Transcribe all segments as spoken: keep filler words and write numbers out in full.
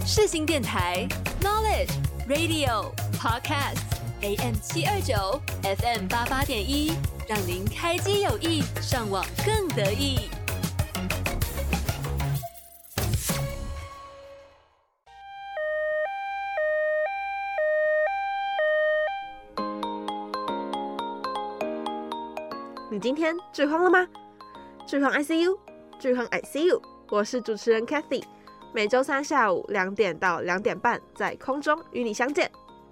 世新电台 Knowledge Radio Podcast A M 七二九 F M 八八点一，让您开机有益，上网更得意。 你今天剧荒了吗？剧荒 I C U， 剧荒 I C U， 我是主持人 Cathy， 每周三下午两点到两点半在空中与你相见。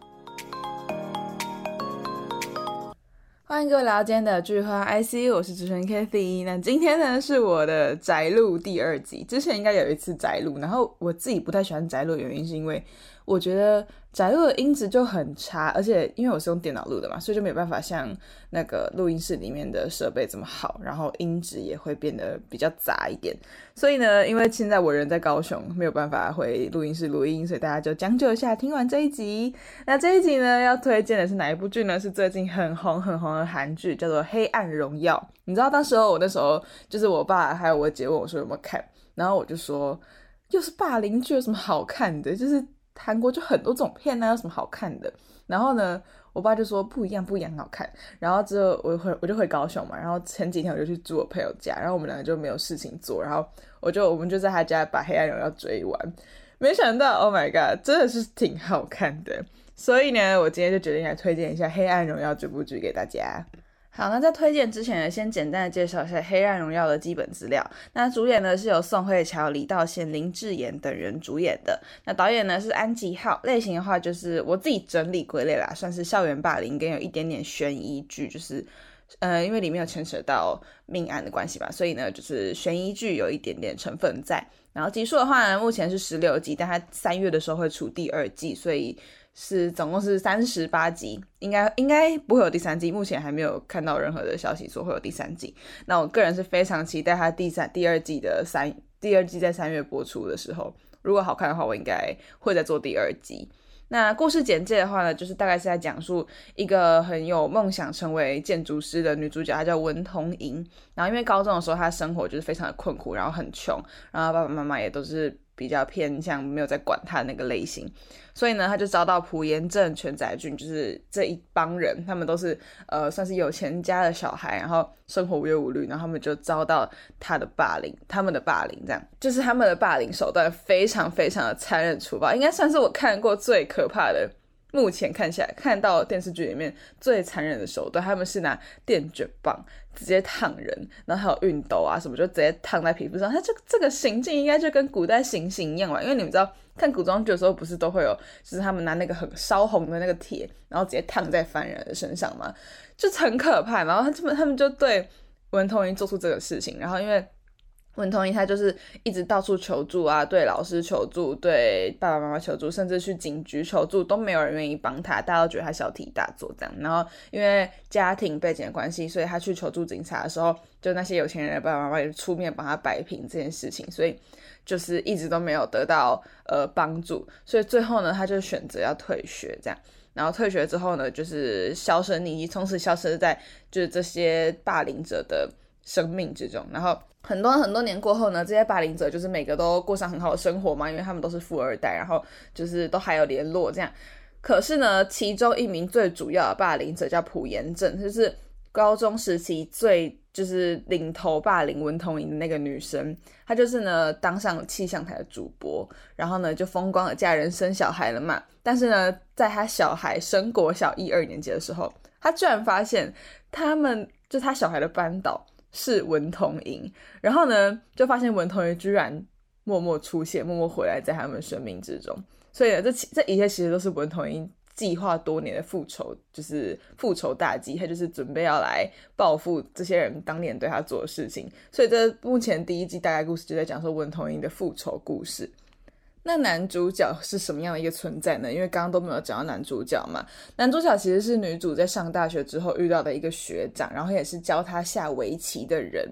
欢迎各位来到今天的剧荒 I C U， 我是主持人 Cathy。那今天呢是我的宅录第二集，之前应该有一次宅录，然后我自己不太喜欢宅录的原因是因为我觉得宅录的音质就很差，而且因为我是用电脑录的嘛，所以就没有办法像那个录音室里面的设备这么好，然后音质也会变得比较杂一点。所以呢，因为现在我人在高雄，没有办法回录音室录音，所以大家就将就一下听完这一集。那这一集呢要推荐的是哪一部剧呢？是最近很红很红的韩剧，叫做《黑暗荣耀》。你知道当时候我那时候就是我爸还有我姐问我说有没有看，然后我就说又是霸凌剧，有什么好看的？就是韩国就很多这种片啊，有什么好看的？然后呢，我爸就说不一样，不一样，很好看。然后之后我回我就回高雄嘛，然后前几天我就去住我朋友家，然后我们两个就没有事情做，然后我就我们就在他家把《黑暗荣耀》追完。没想到 ，Oh my god， 真的是挺好看的。所以呢，我今天就决定来推荐一下《黑暗荣耀》这部剧给大家。好，那在推荐之前呢，先简单的介绍一下《黑暗荣耀》的基本资料。那主演呢是由宋慧乔、李道宪、林智妍等人主演的。那导演呢是安吉浩，类型的话就是我自己整理归类啦，算是校园霸凌跟有一点点悬疑剧，就是呃，因为里面有牵扯到命案的关系吧，所以呢就是悬疑剧有一点点成分在。然后集数的话呢，目前是十六集，但它三月的时候会出第二季，所以是总共是三十八集，应该应该不会有第三季，目前还没有看到任何的消息说会有第三季。那我个人是非常期待它第三第二季的三第二季在三月播出的时候，如果好看的话，我应该会再做第二季。那故事简介的话呢，就是大概是在讲述一个很有梦想成为建筑师的女主角，她叫文童莹。然后因为高中的时候她生活就是非常的困苦，然后很穷，然后爸爸妈妈也都是比较偏向没有在管她的那个类型，所以呢她就遭到朴妍正、全宰俊就是这一帮人，他们都是呃算是有钱家的小孩，然后生活无忧无虑，然后他们就遭到他的霸凌，他们的霸凌这样，就是他们的霸凌手段非常非常的残忍粗暴，应该算是我看过最可怕的，目前看起来看到电视剧里面最残忍的手段。他们是拿电卷棒直接烫人，然后还有熨斗啊什么就直接烫在皮肤上，它就这个行径应该就跟古代行刑一样吧，因为你们知道看古装剧的时候不是都会有就是他们拿那个很烧红的那个铁然后直接烫在犯人的身上嘛，就很可怕。然后他们他们就对文童莹做出这个事情，然后因为文童莹她就是一直到处求助啊，对老师求助，对爸爸妈妈求助，甚至去警局求助，都没有人愿意帮她，大家都觉得她小题大做这样。然后因为家庭背景的关系，所以她去求助警察的时候，就那些有钱人的爸爸妈妈也出面帮她摆平这件事情，所以就是一直都没有得到呃帮助，所以最后呢，她就选择要退学这样。然后退学之后呢，就是销声匿迹，从此消失在就是这些霸凌者的生命之中。然后很多很多年过后呢，这些霸凌者就是每个都过上很好的生活嘛，因为他们都是富二代，然后就是都还有联络这样。可是呢，其中一名最主要的霸凌者叫朴妍正，就是高中时期最就是领头霸凌文童莹的那个女生，她就是呢当上气象台的主播，然后呢就风光的嫁人生小孩了嘛。但是呢，在她小孩升国小一二年级的时候，她居然发现他们就她小孩的班导是文童莹，然后呢就发现文童莹居然默默出现，默默回来在他们生命之中。所以呢，这这一切其实都是文童莹计划多年的复仇，就是复仇大计，他就是准备要来报复这些人当年对他做的事情。所以这目前第一季大概故事就在讲说文童莹的复仇故事。那男主角是什么样的一个存在呢？因为刚刚都没有讲到男主角嘛。男主角其实是女主在上大学之后遇到的一个学长，然后也是教她下围棋的人。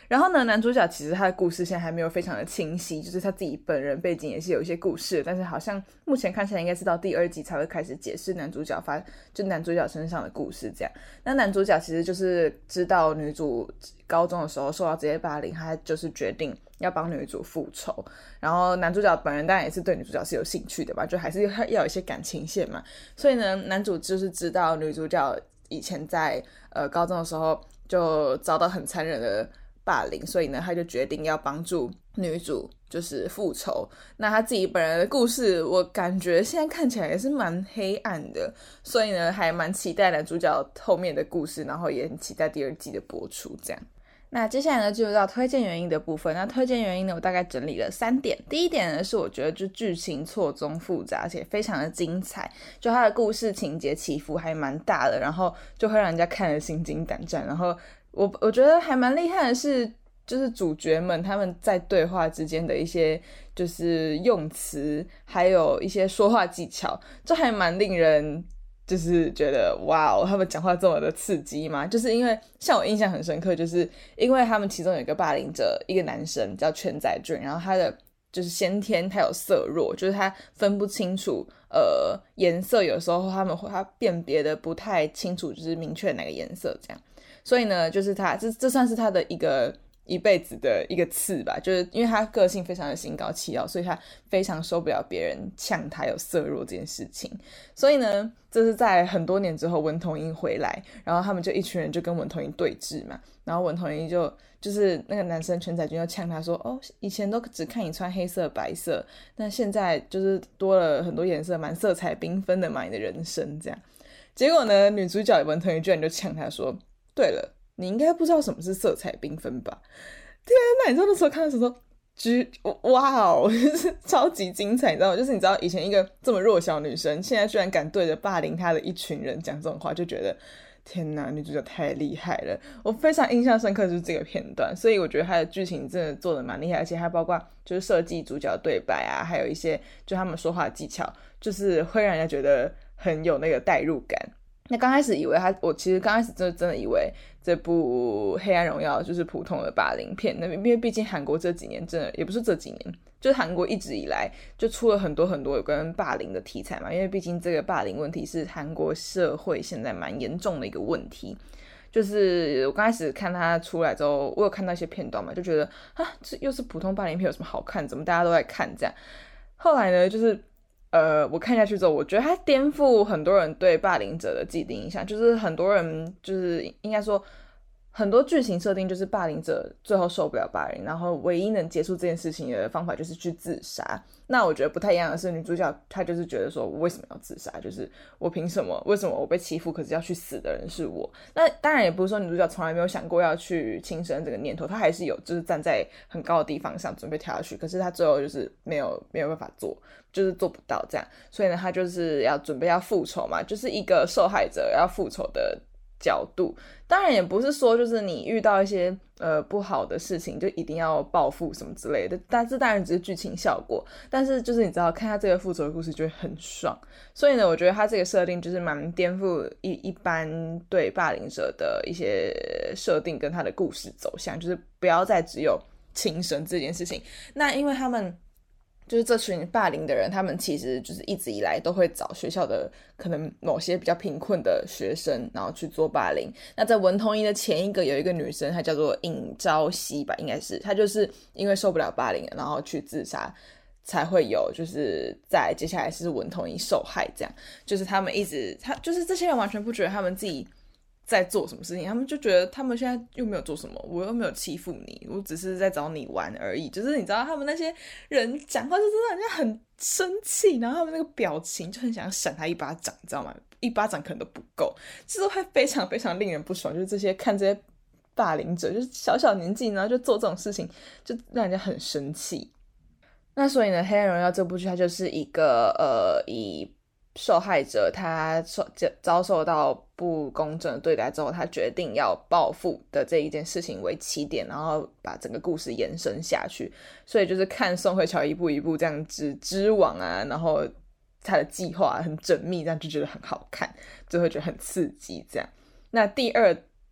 然后呢，男主角其实他的故事现在还没有非常的清晰，就是他自己本人背景也是有一些故事，但是好像目前看起来应该是到第二集才会开始解释男主角发就男主角身上的故事这样。那男主角其实就是知道女主高中的时候受到职业霸凌，他就是决定要帮女主复仇。然后男主角本人当然也是对女主角是有兴趣的嘛，就还是要有一些感情线嘛。所以呢，男主就是知道女主角以前在呃高中的时候就遭到很残忍的霸凌，所以呢他就决定要帮助女主就是复仇。那他自己本人的故事我感觉现在看起来也是蛮黑暗的，所以呢还蛮期待男主角后面的故事，然后也很期待第二季的播出这样。那接下来呢就到推荐原因的部分。那推荐原因呢我大概整理了三点。第一点呢是我觉得就剧情错综复杂而且非常的精彩，就它的故事情节起伏还蛮大的，然后就会让人家看得心惊胆战。然后我我觉得还蛮厉害的是就是主角们他们在对话之间的一些就是用词还有一些说话技巧，这还蛮令人就是觉得哇哦，他们讲话这么的刺激嘛。就是因为像我印象很深刻，就是因为他们其中有一个霸凌者，一个男生叫全宰俊，然后他的就是先天他有色弱，就是他分不清楚呃颜色，有时候他们会他辨别的不太清楚，就是明确哪个颜色这样。所以呢就是他这这算是他的一个一辈子的一个刺吧，就是因为他个性非常的心高气傲，所以他非常受不了别人呛他有色弱这件事情。所以呢这是在很多年之后文童英回来，然后他们就一群人就跟文童英对峙嘛，然后文童英就就是那个男生全宰君就呛他说，哦以前都只看你穿黑色白色，那现在就是多了很多颜色，蛮色彩缤纷的嘛你的人生这样。结果呢女主角文童英居然就呛他说，对了，你应该不知道什么是色彩缤纷吧？天哪，你知道那时候看的时候哇哦，就是超级精彩，你知道吗？就是你知道以前一个这么弱小女生，现在居然敢对着霸凌她的一群人讲这种话，就觉得天哪，女主角太厉害了。我非常印象深刻就是这个片段，所以我觉得她的剧情真的做得蛮厉害，而且还包括就是设计主角的对白啊，还有一些就他们说话的技巧，就是会让人家觉得很有那个代入感。那刚开始以为他，我其实刚开始真的真的以为这部《黑暗荣耀》就是普通的霸凌片，那因为毕竟韩国这几年真的也不是这几年，就是韩国一直以来就出了很多很多有关霸凌的题材嘛，因为毕竟这个霸凌问题是韩国社会现在蛮严重的一个问题。就是我刚开始看他出来之后，我有看到一些片段嘛，就觉得啊，这又是普通霸凌片，有什么好看？怎么大家都在看这样？后来呢，就是呃，我看下去之后，我觉得它颠覆很多人对霸凌者的既定印象，就是很多人就是应该说很多剧情设定就是霸凌者最后受不了霸凌，然后唯一能结束这件事情的方法就是去自杀。那我觉得不太一样的是，女主角她就是觉得说，我为什么要自杀？就是我凭什么？为什么我被欺负，可是要去死的人是我？那当然也不是说女主角从来没有想过要去轻生这个念头，她还是有，就是站在很高的地方上准备跳下去，可是她最后就是没有没有办法做，就是做不到这样。所以呢，她就是要准备要复仇嘛，就是一个受害者要复仇的角度。当然也不是说就是你遇到一些呃不好的事情就一定要报复什么之类的，但这当然只是剧情效果，但是就是你知道看他这个复仇的故事就会很爽。所以呢我觉得他这个设定就是蛮颠覆一一般对霸凌者的一些设定跟他的故事走向，就是不要再只有轻生这件事情。那因为他们就是这群霸凌的人，他们其实就是一直以来都会找学校的可能某些比较贫困的学生然后去做霸凌。那在文童英的前一个有一个女生，她叫做尹朝熙吧，应该是她就是因为受不了霸凌然后去自杀，才会有就是在接下来是文童英受害这样。就是他们一直他就是这些人完全不觉得他们自己在做什么事情，他们就觉得他们现在又没有做什么，我又没有欺负你，我只是在找你玩而已。就是你知道他们那些人讲话就真的人家很生气，然后他们那个表情就很想闪他一巴掌，你知道吗？一巴掌可能都不够，就是会非常非常令人不爽。就是这些看这些霸凌者就是小小年纪然后就做这种事情，就让人家很生气。那所以呢，《黑暗荣耀》这部剧它就是一个呃以受害者他受遭受到不公正的对待之后，他决定要报复的这一件事情为起点，然后把整个故事延伸下去。所以就是看宋慧乔一步一步这样织织网啊，然后他的计划很缜密，这样就觉得很好看，就会觉得很刺激这样。那第二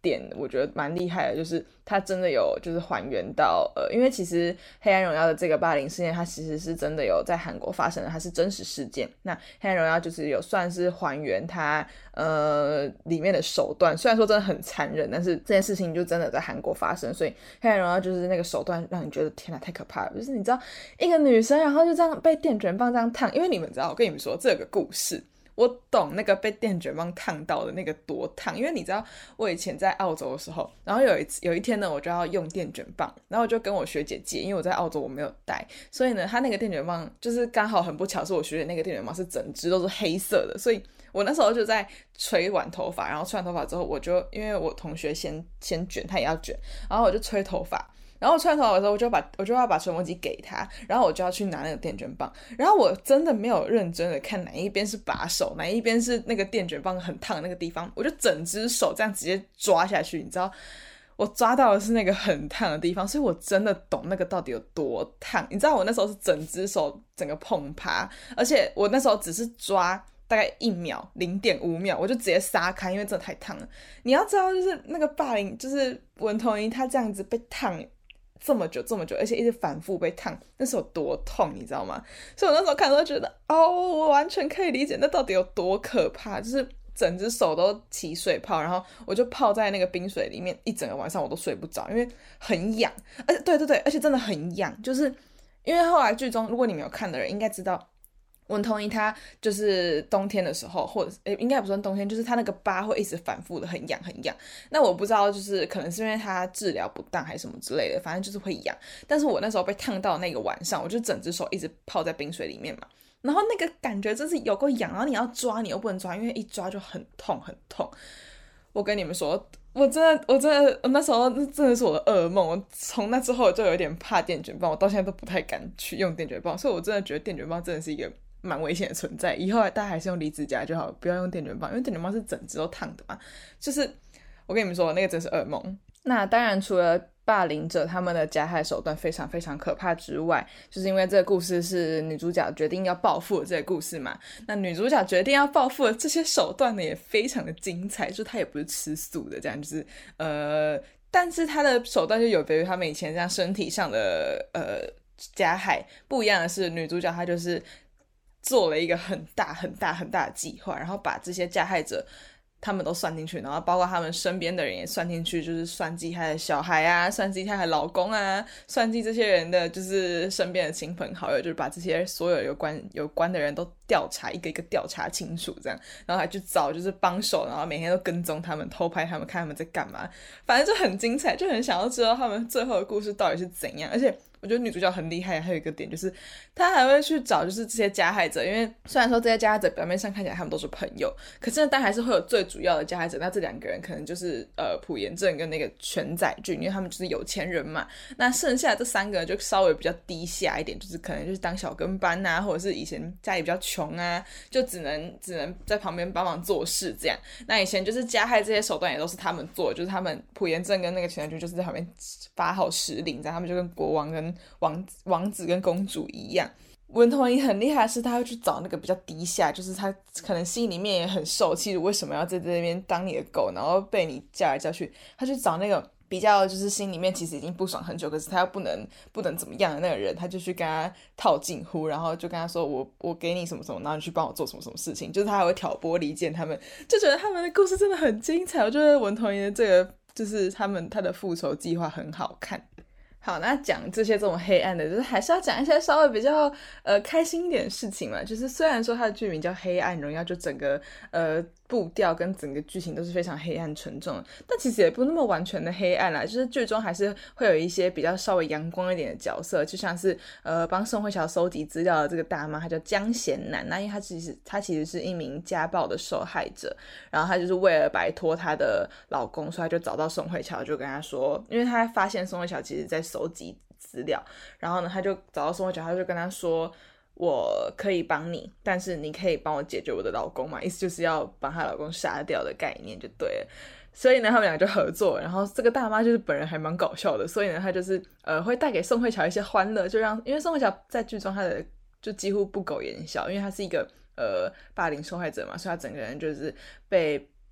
点我觉得蛮厉害的，就是它真的有就是还原到呃，因为其实黑暗荣耀的这个霸凌事件它其实是真的有在韩国发生的，它是真实事件。那黑暗荣耀就是有算是还原它呃里面的手段，虽然说真的很残忍，但是这件事情就真的在韩国发生，所以黑暗荣耀就是那个手段让你觉得天哪太可怕了，就是你知道一个女生然后就这样被电卷棒这样烫，因为你们知道我跟你们说这个故事我懂那个被电卷棒烫到的那个多烫，因为你知道我以前在澳洲的时候，然后有一次有一天呢我就要用电卷棒，然后我就跟我学姐借，因为我在澳洲我没有带，所以呢她那个电卷棒就是刚好很不巧是我学姐那个电卷棒是整只都是黑色的，所以我那时候就在吹完头发，然后吹完头发之后我就因为我同学先先卷他也要卷，然后我就吹头发，然后我吹完头发的时候我就把我就要把吹风机给他，然后我就要去拿那个电卷棒，然后我真的没有认真的看哪一边是把手哪一边是那个电卷棒很烫的那个地方，我就整只手这样直接抓下去，你知道我抓到的是那个很烫的地方，所以我真的懂那个到底有多烫。你知道我那时候是整只手整个碰趴，而且我那时候只是抓大概一秒 零点五秒我就直接撒开，因为真的太烫了。你要知道就是那个霸凌就是文同英他这样子被烫这么久这么久，而且一直反复被烫，那是有多痛你知道吗？所以我那时候看到觉得哦，我完全可以理解那到底有多可怕，就是整只手都起水泡，然后我就泡在那个冰水里面一整个晚上我都睡不着，因为很痒，而且对对对，而且真的很痒，就是因为后来剧中如果你没有看的人应该知道文同一他就是冬天的时候，或者诶应该也不算冬天，就是他那个疤会一直反复的很痒很痒。那我不知道就是可能是因为他治疗不当还是什么之类的，反正就是会痒。但是我那时候被烫到那个晚上，我就整只手一直泡在冰水里面嘛，然后那个感觉真是有够痒，然后你要抓你又不能抓，因为一抓就很痛很痛。我跟你们说我真的我真的我那时候真的是我的噩梦，我从那之后就有点怕电卷棒，我到现在都不太敢去用电卷棒，所以我真的觉得电卷棒真的是一个蛮危险的存在，以后大家还是用离子夹就好，不要用电卷棒，因为电卷棒是整只都烫的嘛，就是我跟你们说那个真是噩梦。那当然除了霸凌者他们的加害手段非常非常可怕之外，就是因为这个故事是女主角决定要报复的这个故事嘛，那女主角决定要报复的这些手段呢也非常的精彩，就她也不是吃素的，这样就是呃，但是她的手段就有别于他们以前这样身体上的呃加害，不一样的是女主角她就是做了一个很大很大很大的计划，然后把这些加害者他们都算进去，然后包括他们身边的人也算进去，就是算计他的小孩啊，算计他的老公啊，算计这些人的就是身边的亲朋好友，就是把这些所有有关有关的人都调查，一个一个调查清楚这样，然后还去找就是帮手，然后每天都跟踪他们，偷拍他们，看他们在干嘛，反正就很精彩，就很想要知道他们最后的故事到底是怎样。而且我觉得女主角很厉害，还有一个点就是她还会去找就是这些加害者，因为虽然说这些加害者表面上看起来他们都是朋友，可是但还是会有最主要的加害者，那这两个人可能就是呃朴妍正跟那个全宰俊，因为他们就是有钱人嘛，那剩下的这三个人就稍微比较低下一点，就是可能就是当小跟班啊，或者是以前家里比较穷啊，就只能只能在旁边帮忙做事这样。那以前就是加害这些手段也都是他们做的，就是他们朴妍正跟那个全宰俊就是在旁边发号施令这样，他们就跟国王跟王王子跟公主一样。文同英很厉害的是他会去找那个比较低下，就是他可能心里面也很受气，为什么要在这边当你的狗，然后被你叫来叫去，他去找那个比较就是心里面其实已经不爽很久，可是他又不能不能怎么样的那个人，他就去跟他套近乎，然后就跟他说我我给你什么什么，然后你去帮我做什么什么事情，就是他还会挑拨离间他们，就觉得他们的故事真的很精彩。我觉得文同英的这个就是他们他的复仇计划很好看。好，那讲这些这种黑暗的，就是还是要讲一些稍微比较呃开心一点的事情嘛。就是虽然说它的剧名叫《黑暗荣耀》，就整个呃步调跟整个剧情都是非常黑暗沉重的，但其实也不那么完全的黑暗啦。就是剧中还是会有一些比较稍微阳光一点的角色，就像是呃帮宋慧乔收集资料的这个大妈，她叫江贤南。那因为她其实她其实是一名家暴的受害者，然后她就是为了摆脱她的老公，所以她就找到宋慧乔，就跟她说，因为她发现宋慧乔其实在收集资料，然后呢他就找到宋慧乔，他就跟他说我可以帮你，但是你可以帮我解决我的老公嘛，意思就是要把她老公杀掉的概念就对了。所以呢他们两个就合作，然后这个大妈就是本人还蛮搞笑的，所以呢她就是呃会带给宋慧乔一些欢乐，就让因为宋慧乔在剧中她的就几乎不苟言笑，因为她是一个呃霸凌受害者嘛，所以她整个人就是被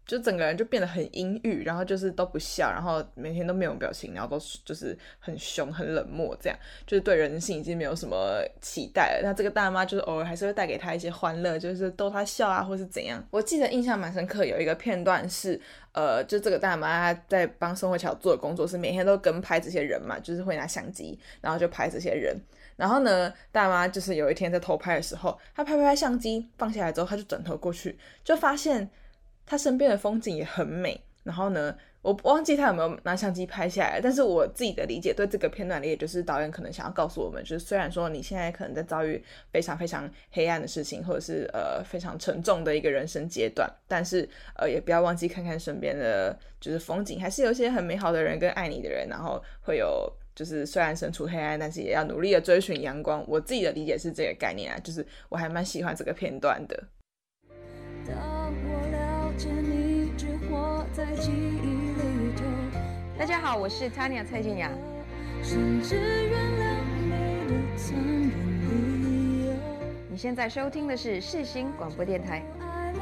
就整个人就变得很阴郁，然后就是都不笑，然后每天都没有表情，然后都就是很凶很冷漠，这样就是对人性已经没有什么期待了。那这个大妈就是偶尔还是会带给他一些欢乐，就是逗他笑啊或是怎样。我记得印象蛮深刻，有一个片段是呃，就这个大妈她在帮宋慧乔做的工作是每天都跟拍这些人嘛，就是会拿相机然后就拍这些人。然后呢，大妈就是有一天在偷拍的时候，她拍拍拍相机放下来之后，她就转头过去，就发现她身边的风景也很美。然后呢，我忘记她有没有拿相机拍下来，但是我自己的理解，对这个片段的理解就是导演可能想要告诉我们，就是虽然说你现在可能在遭遇非常非常黑暗的事情，或者是呃非常沉重的一个人生阶段，但是呃也不要忘记看看身边的就是风景，还是有一些很美好的人跟爱你的人，然后会有就是虽然身处黑暗，但是也要努力的追寻阳光。我自己的理解是这个概念啊，就是我还蛮喜欢这个片段的。当我了解你只活在记忆里头。 大家好，我是 Tanya 蔡健雅。 甚至原谅你的残忍理由。 你现在收听的是世新广播电台。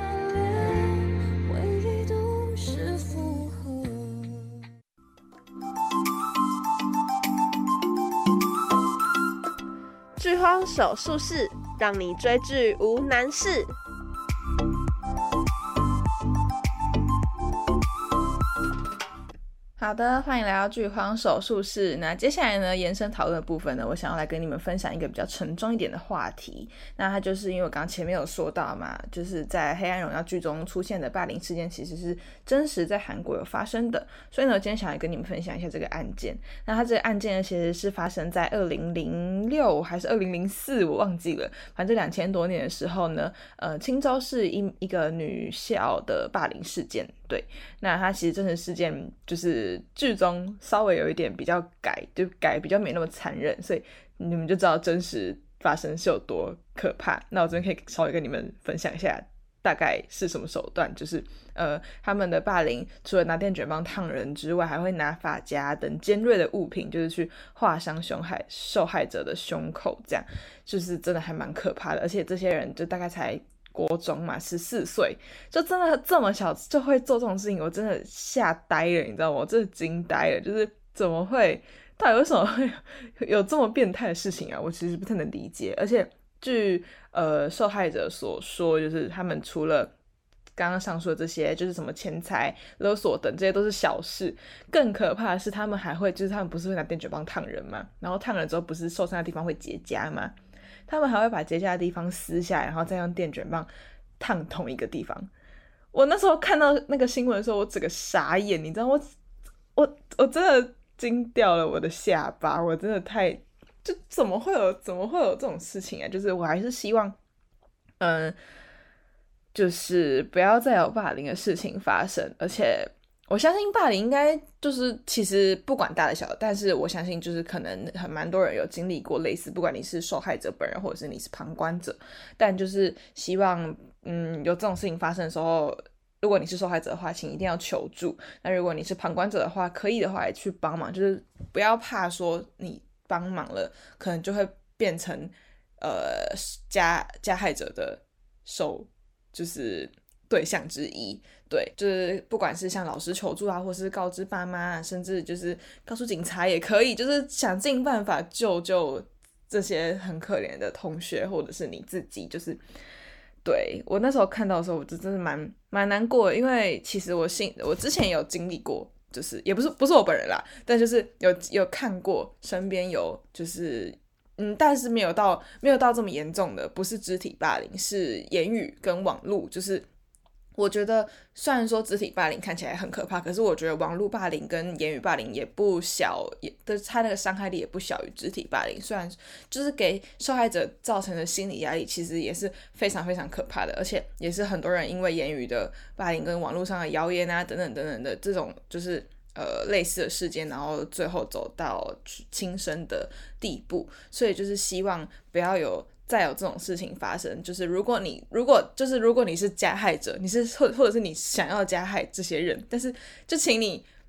回忆都是负荷。 剧荒手术室，让你追剧无难事。 好的，欢迎来到剧荒手术室。那接下来呢，延伸讨论的部分呢，我想要来跟你们分享一个比较沉重一点的话题。那它就是因为我刚刚前面有说到嘛，就是在《黑暗荣耀》剧中出现的霸凌事件其实是真实在韩国有发生的，所以呢，我今天想来跟你们分享一下这个案件。那它这个案件呢，其实是发生在二零零六还是二零零四，我忘记了，反正两千多年的时候呢，呃，青州市一一个女校的霸凌事件。对，那它其实真实事件就是剧中稍微有一点比较改，就改比较没那么残忍，所以你们就知道真实发生是有多可怕。那我这边可以稍微跟你们分享一下大概是什么手段，就是呃，他们的霸凌除了拿电卷棒烫人之外，还会拿发夹等尖锐的物品，就是去划伤受害受害者的胸口，这样就是真的还蛮可怕的。而且这些人就大概才国中嘛，十四岁，就真的这么小就会做这种事情，我真的吓呆了，你知道吗？我真的惊呆了，就是怎么会，到底为什么会有这么变态的事情啊？我其实不太能理解。而且据呃受害者所说，就是他们除了刚刚上述的这些，就是什么钱财勒索等，这些都是小事，更可怕的是他们还会，就是他们不是会拿电卷棒烫人嘛，然后烫人之后不是受伤的地方会结痂吗？他们还会把结痂的地方撕下来，然后再用电卷棒烫同一个地方。我那时候看到那个新闻的时候，我整个傻眼，你知道，我我我真的惊掉了我的下巴，我真的太就怎么会有怎么会有这种事情啊？就是我还是希望，嗯，就是不要再有霸凌的事情发生，而且我相信霸凌应该就是其实不管大的小的，但是我相信就是可能很蛮多人有经历过类似，不管你是受害者本人或者是你是旁观者，但就是希望嗯有这种事情发生的时候，如果你是受害者的话，请一定要求助。那如果你是旁观者的话，可以的话也去帮忙，就是不要怕说你帮忙了，可能就会变成呃加加害者的受就是对象之一。对，就是不管是向老师求助啊，或是告知爸妈啊，甚至就是告诉警察也可以，就是想尽办法救救这些很可怜的同学或者是你自己。就是对，我那时候看到的时候，我就真的蛮蛮难过的，因为其实我信我之前有经历过，就是也不是不是我本人啦，但就是有有看过身边有就是嗯，但是没有到没有到这么严重的，不是肢体霸凌，是言语跟网络。就是我觉得虽然说肢体霸凌看起来很可怕，可是我觉得网络霸凌跟言语霸凌也不小，也它那个伤害力也不小于肢体霸凌。虽然就是给受害者造成的心理压力其实也是非常非常可怕的，而且也是很多人因为言语的霸凌跟网络上的谣言啊等等等等的这种就是呃类似的事件，然后最后走到轻生的地步。所以就是希望不要有再有这种事情发生。就是如果你如果就是如果你是加害者，你是或或者是你想要加害这些人，但是就请你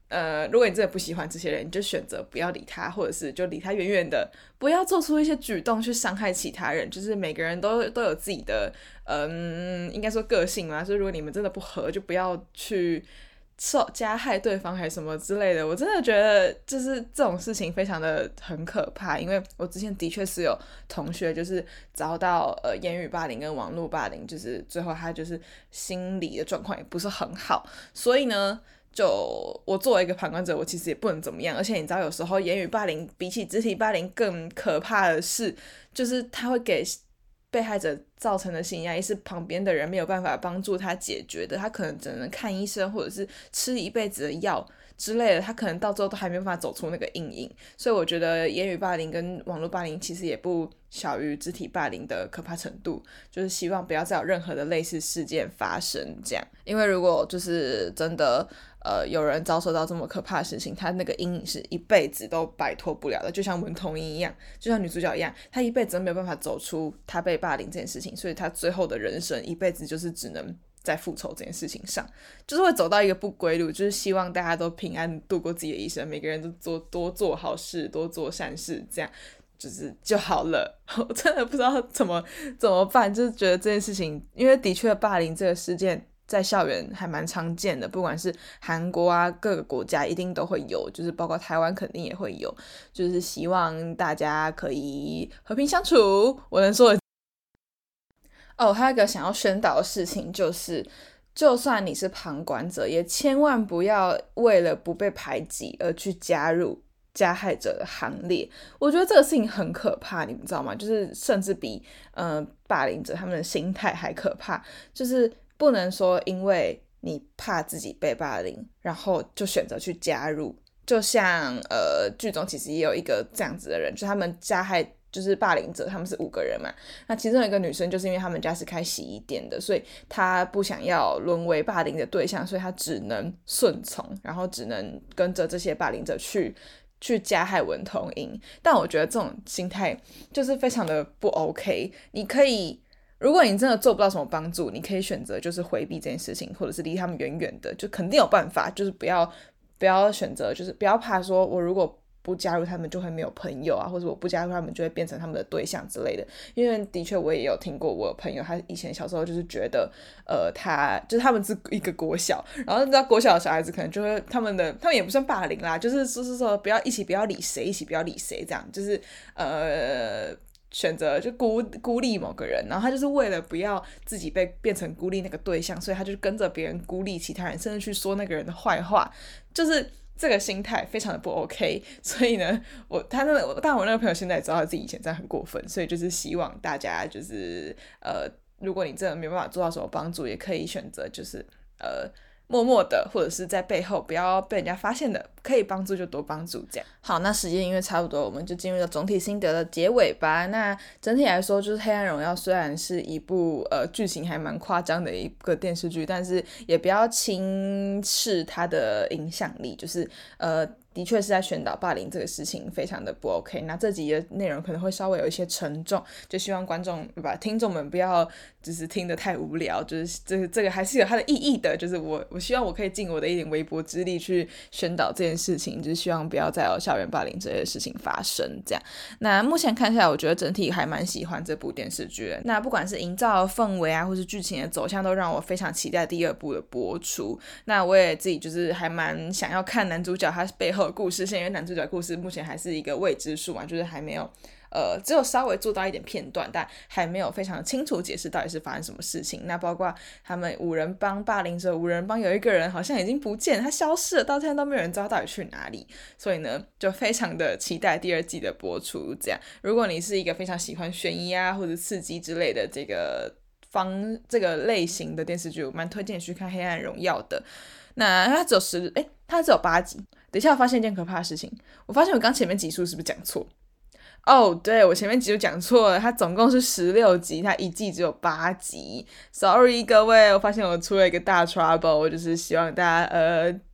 呃，如果你真的不喜欢这些人，你就选择不要理他，或者是就离他远远的，不要做出一些举动去伤害其他人。就是每个人都都有自己的，嗯，应该说个性嘛。所以如果你们真的不合，就不要去受加害对方还是什么之类的。我真的觉得就是这种事情非常的很可怕，因为我之前的确是有同学就是遭到呃言语霸凌跟网络霸凌，就是最后他就是心理的状况也不是很好，所以呢。就我作为一个旁观者，我其实也不能怎么样，而且你知道有时候言语霸凌比起肢体霸凌更可怕的是，就是他会给被害者造成的心理压力是旁边的人没有办法帮助他解决的，他可能只能看医生或者是吃一辈子的药之类的，他可能到最后都还没办法走出那个阴影。所以我觉得言语霸凌跟网络霸凌其实也不小于肢体霸凌的可怕程度，就是希望不要再有任何的类似事件发生这样。因为如果就是真的呃有人遭受到这么可怕的事情，他那个阴影是一辈子都摆脱不了的，就像文童英一样，就像女主角一样，她一辈子都没有办法走出她被霸凌这件事情，所以她最后的人生一辈子就是只能在复仇这件事情上，就是会走到一个不归路，就是希望大家都平安度过自己的一生，每个人都做多做好事，多做善事，这样就是就好了。我真的不知道怎么怎么办，就是觉得这件事情，因为的确霸凌这个事件在校园还蛮常见的，不管是韩国啊各个国家一定都会有，就是包括台湾肯定也会有，就是希望大家可以和平相处。我能说的哦，还有一个想要宣导的事情就是，就算你是旁观者，也千万不要为了不被排挤而去加入加害者的行列。我觉得这个事情很可怕，你们知道吗？就是甚至比呃霸凌者他们的心态还可怕，就是不能说因为你怕自己被霸凌，然后就选择去加入。就像呃剧中其实也有一个这样子的人，就是他们加害。就是霸凌者他们是五个人嘛，那其中有一个女生就是因为他们家是开洗衣店的，所以她不想要沦为霸凌的对象，所以她只能顺从，然后只能跟着这些霸凌者去去加害文童英。但我觉得这种心态就是非常的不 OK。 你可以如果你真的做不到什么帮助，你可以选择就是回避这件事情，或者是离他们远远的，就肯定有办法，就是不要不要选择，就是不要怕说我如果不加入他们就会没有朋友啊，或者我不加入他们就会变成他们的对象之类的。因为的确我也有听过我有朋友，他以前小时候就是觉得呃，他就是他们是一个国小，然后你知道国小的小孩子可能就会他们的他们也不算霸凌啦，就是说是说不要一起不要理谁，一起不要理谁，这样就是呃选择就孤孤立某个人，然后他就是为了不要自己被变成孤立那个对象，所以他就跟着别人孤立其他人，甚至去说那个人的坏话，就是这个心态非常的不 OK。 所以呢我他那个但我那个朋友现在也知道他自己以前这样很过分，所以就是希望大家就是呃如果你真的没有办法做到什么帮助，也可以选择就是呃默默的，或者是在背后不要被人家发现的，可以帮助就多帮助这样。好，那时间因为差不多，我们就进入到总体心得的结尾吧。那整体来说，就是《黑暗荣耀》虽然是一部呃剧情还蛮夸张的一个电视剧，但是也不要轻视它的影响力，就是呃的确是在宣导霸凌这个事情非常的不 OK。 那这集的内容可能会稍微有一些沉重，就希望观众不听众们不要就是听得太无聊，就是这个这个还是有它的意义的，就是我我希望我可以尽我的一点微薄之力去宣导这件事情，就是希望不要再有校园霸凌这些事情发生这样。那目前看下来我觉得整体还蛮喜欢这部电视剧的，那不管是营造的氛围啊或是剧情的走向都让我非常期待第二部的播出。那我也自己就是还蛮想要看男主角他背后的故事线，因为男主角的故事目前还是一个未知数嘛，就是还没有呃，只有稍微做到一点片段，但还没有非常清楚解释到底是发生什么事情。那包括他们五人帮霸凌者，五人帮有一个人好像已经不见，他消失了，到现在都没有人知道到底去哪里。所以呢，就非常的期待第二季的播出。这样，如果你是一个非常喜欢悬疑啊或者刺激之类的这个方这个类型的电视剧，我蛮推荐你去看《黑暗荣耀》的。那它只有十，哎，它只有八集。等一下，我发现一件可怕的事情，我发现我刚前面集数是不是讲错？哦、oh, 对，我前面集数讲错了，它总共是十六集，它一季只有八集 ，sorry 各位，我发现我出了一个大 trouble， 我就是希望大家呃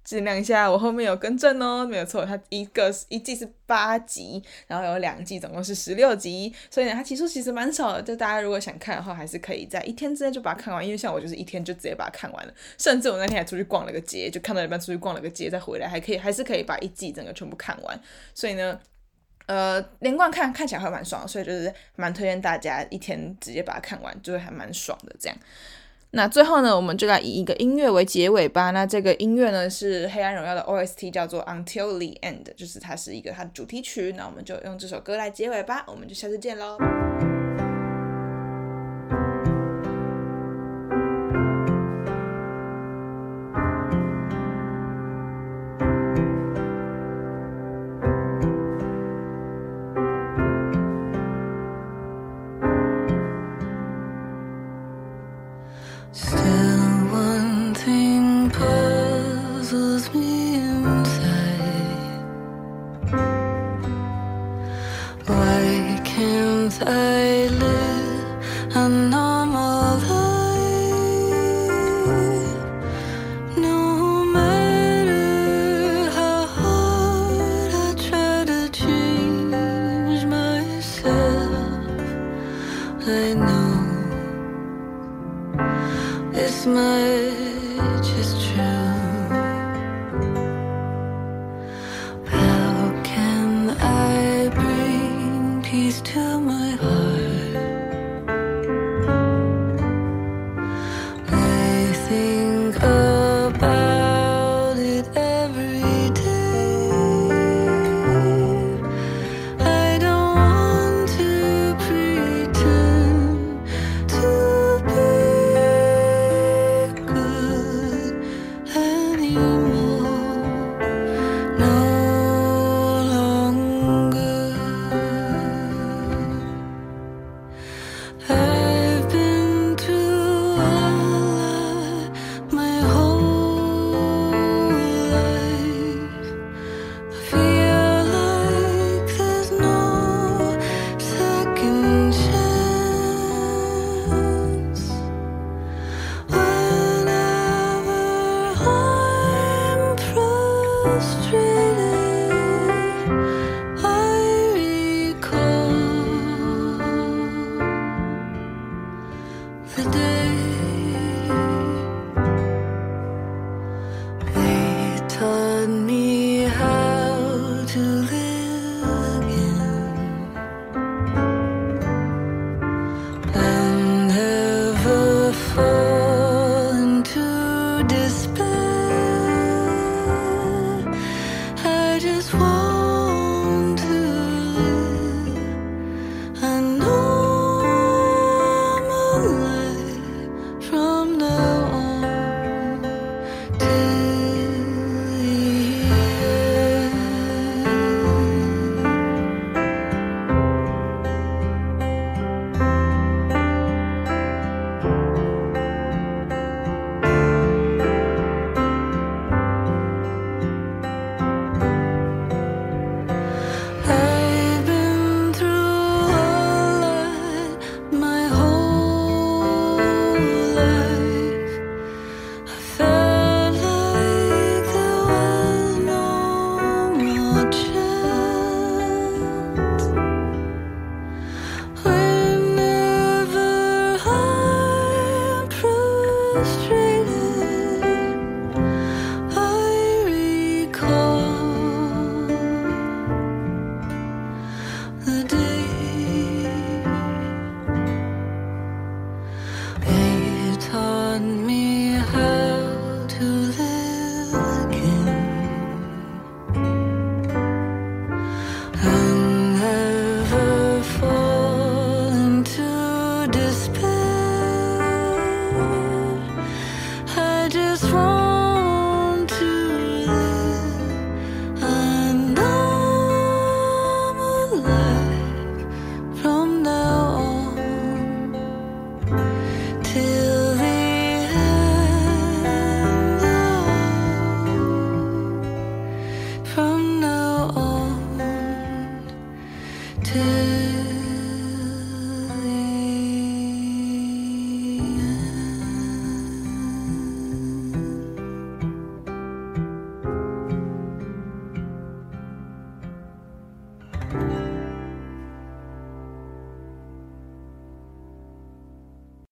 见谅一下，我后面有更正哦，没有错，它一个一季是八集，然后有两季，总共是十六集，所以呢，它集数其实蛮少的。就大家如果想看的话，还是可以在一天之内就把它看完，因为像我就是一天就直接把它看完了，甚至我那天还出去逛了个街，就看到一半出去逛了个街再回来，还可以还是可以把一季整个全部看完，所以呢。呃，连贯看看起来会蛮爽的，所以就是蛮推荐大家一天直接把它看完，就会还蛮爽的这样。那最后呢，我们就来以一个音乐为结尾吧。那这个音乐呢是《黑暗荣耀》的 O S T， 叫做 Until the End， 就是它是一个它的主题曲。那我们就用这首歌来结尾吧，我们就下次见咯。 From now on